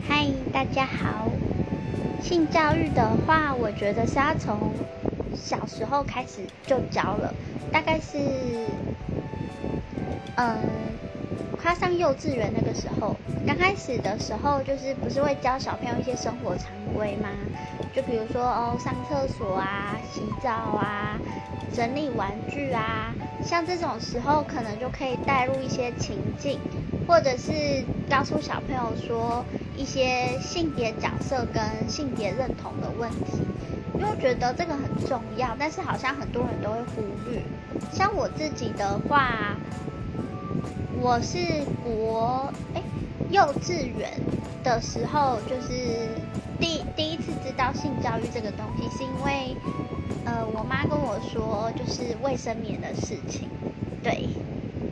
嗨，大家好。性教育的话，我觉得是要从小时候开始就教了，大概是嗯，快上幼稚园那个时候，刚开始的时候就是不是会教小朋友一些生活常规吗？就比如说上厕所啊、洗澡啊、整理玩具啊，像这种时候可能就可以带入一些情境，或者是告诉小朋友说一些性别角色跟性别认同的问题，因为我觉得这个很重要，但是好像很多人都会忽略。像我自己的话，我是幼稚园的时候，就是第一次知道性教育这个东西，是因为我妈跟我说，就是卫生棉的事情。对，